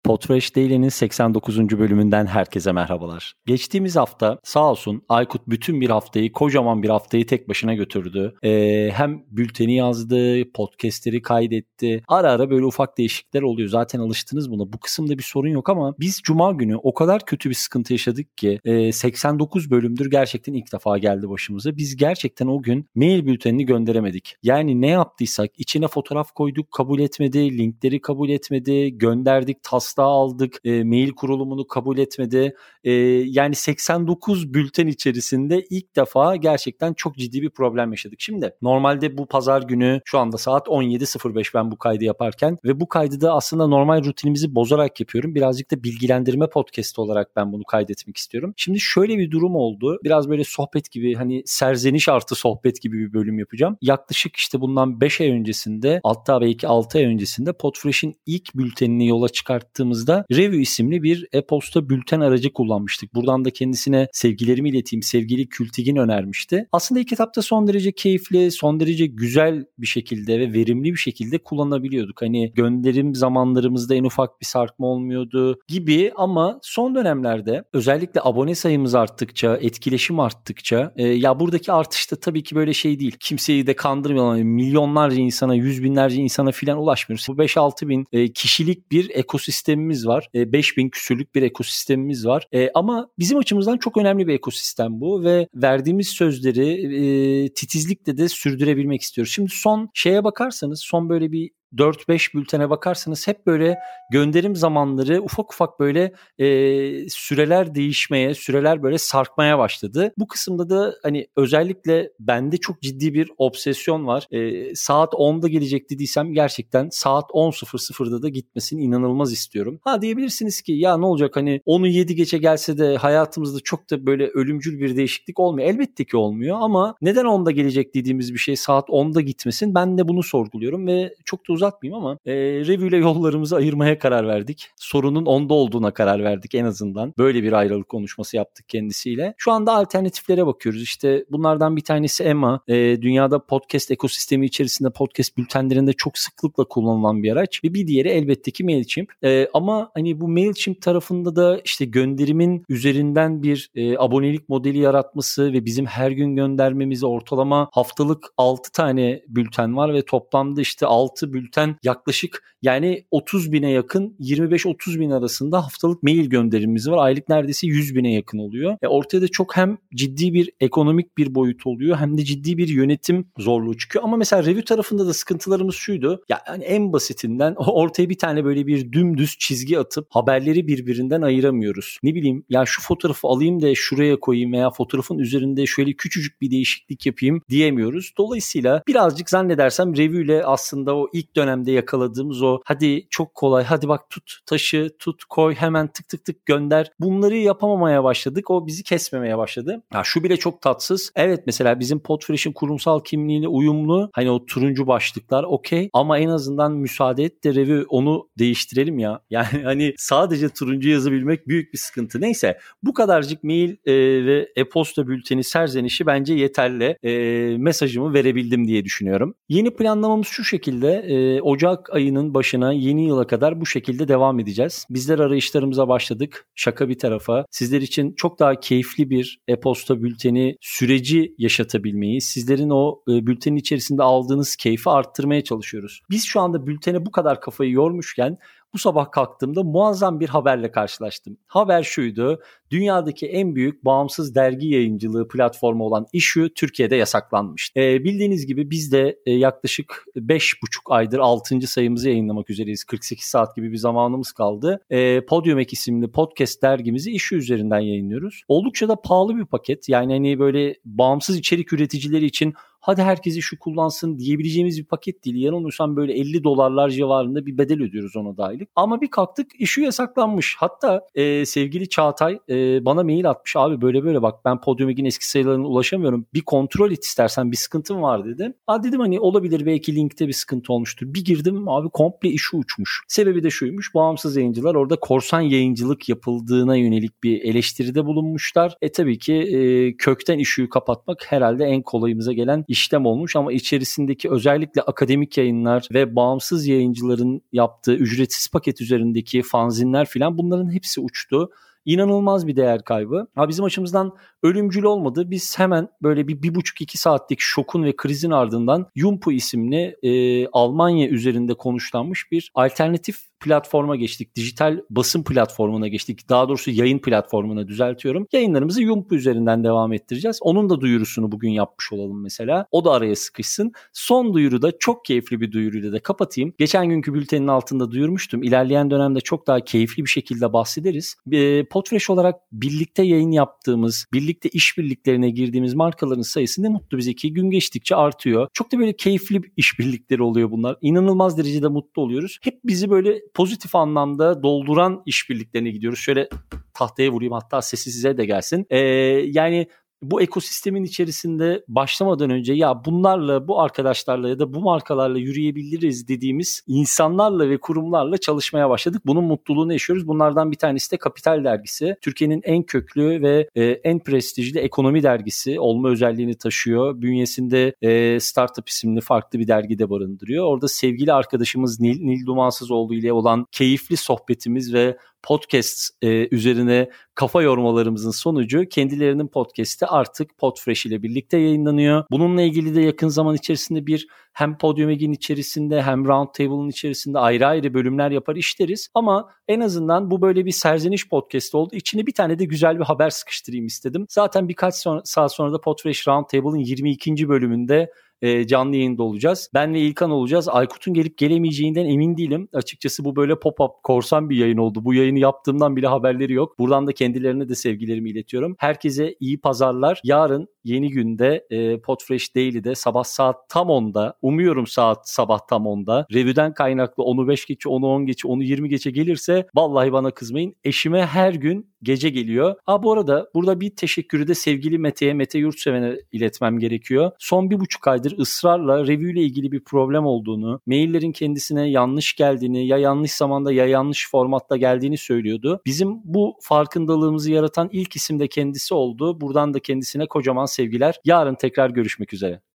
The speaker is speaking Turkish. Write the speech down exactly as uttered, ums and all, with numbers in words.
Podfresh Daily'nin seksen dokuzuncu bölümünden herkese merhabalar. Geçtiğimiz hafta sağ olsun Aykut bütün bir haftayı, kocaman bir haftayı tek başına götürdü. Ee, hem bülteni yazdı, podcastleri kaydetti. Ara ara böyle ufak değişiklikler oluyor. Zaten alıştınız buna. Bu kısımda bir sorun yok ama biz Cuma günü o kadar kötü bir sıkıntı yaşadık ki e, seksen dokuz bölümdür gerçekten ilk defa geldi başımıza. Biz gerçekten o gün mail bültenini gönderemedik. Yani ne yaptıysak içine fotoğraf koyduk, kabul etmedi, linkleri kabul etmedi, gönderdik, taslağı aldık, e, mail kurulumunu kabul etmedi. E, yani seksen dokuz bülten içerisinde ilk defa gerçekten çok ciddi bir problem yaşadık. Şimdi normalde bu pazar günü şu anda saat on yedi sıfır beş ben bu kaydı yaparken ve bu kaydı da aslında normal rutinimizi bozarak yapıyorum. Birazcık da bilgilendirme podcast olarak ben bunu kaydetmek istiyorum. Şimdi şöyle bir durum oldu. Biraz böyle sohbet gibi, hani serzeniş artı sohbet gibi bir bölüm yapacağım. Yaklaşık işte bundan beş ay öncesinde, hatta belki altı ay öncesinde Podfresh'in ilk bültenini yola çıkarttığımızda Review isimli bir e-posta bülten aracı kullanmıştık. Buradan da kendisine sevgilerimi ileteyim. Sevgili Kültigin önermişti. Aslında ilk etapta son derece keyifli, son derece güzel bir şekilde ve verimli bir şekilde kullanabiliyorduk. Hani gönderim zamanlarımızda en ufak bir sarkma olmuyordu gibi, ama son dönemlerde özellikle abone sayımız arttıkça, etkileşim arttıkça e, ya buradaki artış da tabii ki böyle şey değil. Kimseyi de kandırmayalım. Milyonlarca insana, yüz binlerce insana filan ulaşmıyoruz. Bu beş altı bin e, kişilik bir ekosistemimiz var. E, beş bin küsürlük bir ekosistemimiz var. E, ama bizim açımızdan çok önemli bir ekosistem bu ve verdiğimiz sözleri e, titizlikle de sürdürebilmek istiyoruz. Şimdi son şeye bakarsanız, son böyle bir dört beş bültene bakarsanız hep böyle gönderim zamanları ufak ufak böyle e, süreler değişmeye, süreler böyle sarkmaya başladı. Bu kısımda da hani özellikle bende çok ciddi bir obsesyon var. E, saat onda gelecek dediysem gerçekten saat on sıfır sıfırda da gitmesini inanılmaz istiyorum. Ha diyebilirsiniz ki ya ne olacak, hani onu yedi geçe gelse de hayatımızda çok da böyle ölümcül bir değişiklik olmuyor. Elbette ki olmuyor ama neden onda gelecek dediğimiz bir şey saat onda gitmesin? Ben de bunu sorguluyorum ve çok da uzatmayayım ama e, Review ile yollarımızı ayırmaya karar verdik. Sorunun onda olduğuna karar verdik en azından. Böyle bir ayrılık konuşması yaptık kendisiyle. Şu anda alternatiflere bakıyoruz. İşte bunlardan bir tanesi Emma. E, dünyada podcast ekosistemi içerisinde podcast bültenlerinde çok sıklıkla kullanılan bir araç. Ve bir diğeri elbette ki Mailchimp. E, ama hani bu Mailchimp tarafında da işte gönderimin üzerinden bir e, abonelik modeli yaratması ve bizim her gün göndermemizi ortalama haftalık altı tane bülten var ve toplamda işte altı bülten yaklaşık yani otuz bine yakın, yirmi beş otuz bin arasında haftalık mail gönderimimiz var. Aylık neredeyse yüz bine yakın oluyor. E ortaya da çok hem ciddi bir ekonomik bir boyut oluyor hem de ciddi bir yönetim zorluğu çıkıyor. Ama mesela review tarafında da sıkıntılarımız şuydu. Yani en basitinden ortaya bir tane böyle bir dümdüz çizgi atıp haberleri birbirinden ayıramıyoruz. Ne bileyim ya şu fotoğrafı alayım da şuraya koyayım veya fotoğrafın üzerinde şöyle küçücük bir değişiklik yapayım diyemiyoruz. Dolayısıyla birazcık zannedersem review ile aslında o ilk dönemde yakaladığımız o hadi çok kolay, hadi bak tut taşı, tut koy, hemen tık tık tık gönder. Bunları yapamamaya başladık. O bizi kesmemeye başladı. Ya şu bile çok tatsız. Evet, mesela bizim Podfresh'in kurumsal kimliğiyle uyumlu. Hani o turuncu başlıklar okey. Ama en azından müsaade et de review onu değiştirelim ya. Yani hani sadece turuncu yazabilmek büyük bir sıkıntı. Neyse, bu kadarcık mail e, ve e-posta bülteni serzenişi bence yeterli. E, mesajımı verebildim diye düşünüyorum. Yeni planlamamız şu şekilde. E, Ocak ayının başına yeni yıla kadar bu şekilde devam edeceğiz. Bizler arayışlarımıza başladık. Şaka bir tarafa. Sizler için çok daha keyifli bir e-posta bülteni süreci yaşatabilmeyi, sizlerin o e, bültenin içerisinde aldığınız keyfi arttırmaya çalışıyoruz. Biz şu anda bültene bu kadar kafayı yormuşken bu sabah kalktığımda muazzam bir haberle karşılaştım. Haber şuydu: dünyadaki en büyük bağımsız dergi yayıncılığı platformu olan Issuu Türkiye'de yasaklanmış. Ee, bildiğiniz gibi biz de e, yaklaşık beş buçuk aydır altıncı sayımızı yayınlamak üzereyiz. kırk sekiz saat gibi bir zamanımız kaldı. E, Podium isimli podcast dergimizi Issuu üzerinden yayınlıyoruz. Oldukça da pahalı bir paket. Yani hani böyle bağımsız içerik üreticileri için hadi herkesi şu kullansın diyebileceğimiz bir paket değil. Yanılmıyorsam böyle elli dolarlar civarında bir bedel ödüyoruz ona da aylık. Ama bir kalktık Issuu yasaklanmış. Hatta e, sevgili Çağatay e, bana mail atmış. Abi böyle böyle bak ben Podium Egg'in eski sayılarına ulaşamıyorum. Bir kontrol et istersen, bir sıkıntım var dedi. Ha dedim hani olabilir, belki linkte bir sıkıntı olmuştur. Bir girdim abi, komple Issuu uçmuş. Sebebi de şuymuş: bağımsız yayıncılar orada korsan yayıncılık yapıldığına yönelik bir eleştiride bulunmuşlar. E tabii ki e, kökten Issuu'yu kapatmak herhalde en kolayımıza gelen iş işlem olmuş ama içerisindeki özellikle akademik yayınlar ve bağımsız yayıncıların yaptığı ücretsiz paket üzerindeki fanzinler filan bunların hepsi uçtu. İnanılmaz bir değer kaybı. Ha, bizim açımızdan ölümcül olmadı. Biz hemen böyle bir bir buçuk iki saatlik şokun ve krizin ardından Yumpu isimli e, Almanya üzerinde konuşlanmış bir alternatif platforma geçtik. Dijital basın platformuna geçtik. Daha doğrusu yayın platformuna düzeltiyorum. Yayınlarımızı Yumpu üzerinden devam ettireceğiz. Onun da duyurusunu bugün yapmış olalım mesela. O da araya sıkışsın. Son duyuru da çok keyifli bir duyuruyla da kapatayım. Geçen günkü bültenin altında duyurmuştum. İlerleyen dönemde çok daha keyifli bir şekilde bahsederiz. E, Podfresh olarak birlikte yayın yaptığımız, birlikte işbirliklerine girdiğimiz markaların sayısı ne mutlu bize ki gün geçtikçe artıyor. Çok da böyle keyifli işbirlikleri oluyor bunlar. İnanılmaz derecede mutlu oluyoruz. Hep bizi böyle pozitif anlamda dolduran işbirliklerine gidiyoruz. Şöyle tahtaya vurayım, hatta sesi size de gelsin. Ee, yani bu ekosistemin içerisinde başlamadan önce ya bunlarla, bu arkadaşlarla ya da bu markalarla yürüyebiliriz dediğimiz insanlarla ve kurumlarla çalışmaya başladık. Bunun mutluluğunu yaşıyoruz. Bunlardan bir tanesi de Kapital Dergisi. Türkiye'nin en köklü ve e, en prestijli ekonomi dergisi olma özelliğini taşıyor. Bünyesinde e, Startup isimli farklı bir dergi de barındırıyor. Orada sevgili arkadaşımız Nil, Nil Dumansızoğlu ile olan keyifli sohbetimiz ve podcast e, üzerine kafa yormalarımızın sonucu kendilerinin podcast'i artık Podfresh ile birlikte yayınlanıyor. Bununla ilgili de yakın zaman içerisinde bir hem Podium Eg'in içerisinde hem Roundtable'ın içerisinde ayrı ayrı bölümler yapar işleriz. Ama en azından bu böyle bir serzeniş podcast oldu. İçine bir tane de güzel bir haber sıkıştırayım istedim. Zaten birkaç sonra, saat sonra da Podfresh Roundtable'ın yirmi ikinci bölümünde E, canlı yayında olacağız. Ben ve İlkan olacağız. Aykut'un gelip gelemeyeceğinden emin değilim. Açıkçası bu böyle pop-up korsan bir yayın oldu. Bu yayını yaptığımdan bile haberleri yok. Buradan da kendilerine de sevgilerimi iletiyorum. Herkese iyi pazarlar. Yarın yeni günde e, Podfresh Daily'de sabah saat tam onda, umuyorum saat sabah tam onda, review'den kaynaklı onu beş geçe, onu on geçe, onu yirmi geçe gelirse vallahi bana kızmayın. Eşime her gün gece geliyor. Ha bu arada burada bir teşekkürü de sevgili Mete'ye, Mete Yurtseven'e iletmem gerekiyor. Son bir buçuk aydır ısrarla review ile ilgili bir problem olduğunu, maillerin kendisine yanlış geldiğini, ya yanlış zamanda ya yanlış formatta geldiğini söylüyordu. Bizim bu farkındalığımızı yaratan ilk isim de kendisi oldu. Buradan da kendisine kocaman sevgiler. Yarın tekrar görüşmek üzere.